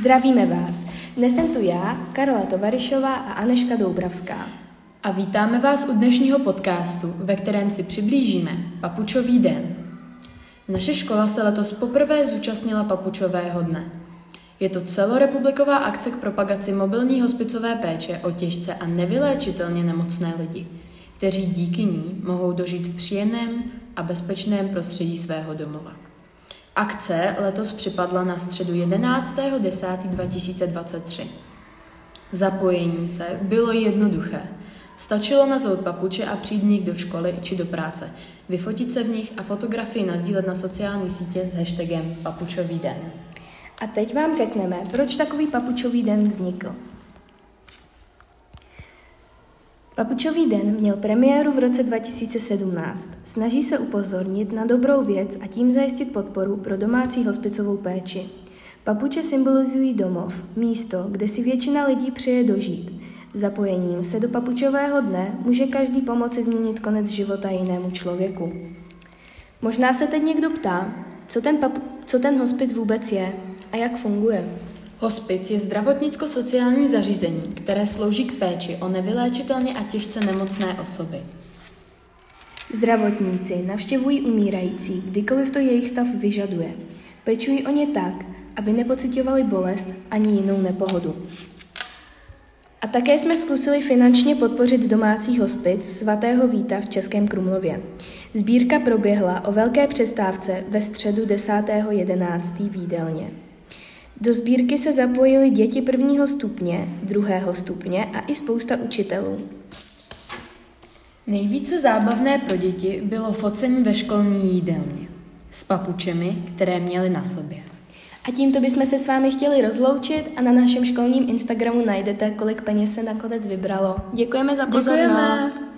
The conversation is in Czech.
Zdravíme vás. Dnes jsem tu já, Karla Tovarišová a Aneška Doubravská. A vítáme vás u dnešního podcastu, ve kterém si přiblížíme Papučový den. Naše škola se letos poprvé zúčastnila Papučového dne. Je to celorepubliková akce k propagaci mobilní hospicové péče o těžce a nevyléčitelně nemocné lidi, kteří díky ní mohou dožít v příjemném a bezpečném prostředí svého domova. Akce letos připadla na středu 11.10.2023. Zapojení se bylo jednoduché. Stačilo nazvat papuče a přijít v nich do školy či do práce, vyfotit se v nich a fotografii nasdílet na sociální sítě s hashtagem Papučový den. A teď vám řekneme, proč takový Papučový den vznikl. Papučový den měl premiéru v roce 2017. Snaží se upozornit na dobrou věc a tím zajistit podporu pro domácí hospicovou péči. Papuče symbolizují domov, místo, kde si většina lidí přeje dožít. Zapojením se do Papučového dne může každý pomoci změnit konec života jinému člověku. Možná se teď někdo ptá, co ten hospic vůbec je a jak funguje. Hospic je zdravotnicko-sociální zařízení, které slouží k péči o nevyléčitelně a těžce nemocné osoby. Zdravotníci navštěvují umírající, kdykoliv to jejich stav vyžaduje. Pečují o ně tak, aby nepociťovali bolest ani jinou nepohodu. A také jsme zkusili finančně podpořit domácí hospic svatého Víta v Českém Krumlově. Sbírka proběhla o velké přestávce ve středu 10.11. v jídelně. Do sbírky se zapojili děti 1. stupně, 2. stupně a i spousta učitelů. Nejvíce zábavné pro děti bylo focení ve školní jídelně s papučemi, které měly na sobě. A tímto bychom se s vámi chtěli rozloučit a na našem školním Instagramu najdete, kolik peněz se nakonec vybralo. Děkujeme za pozornost. Děkujeme.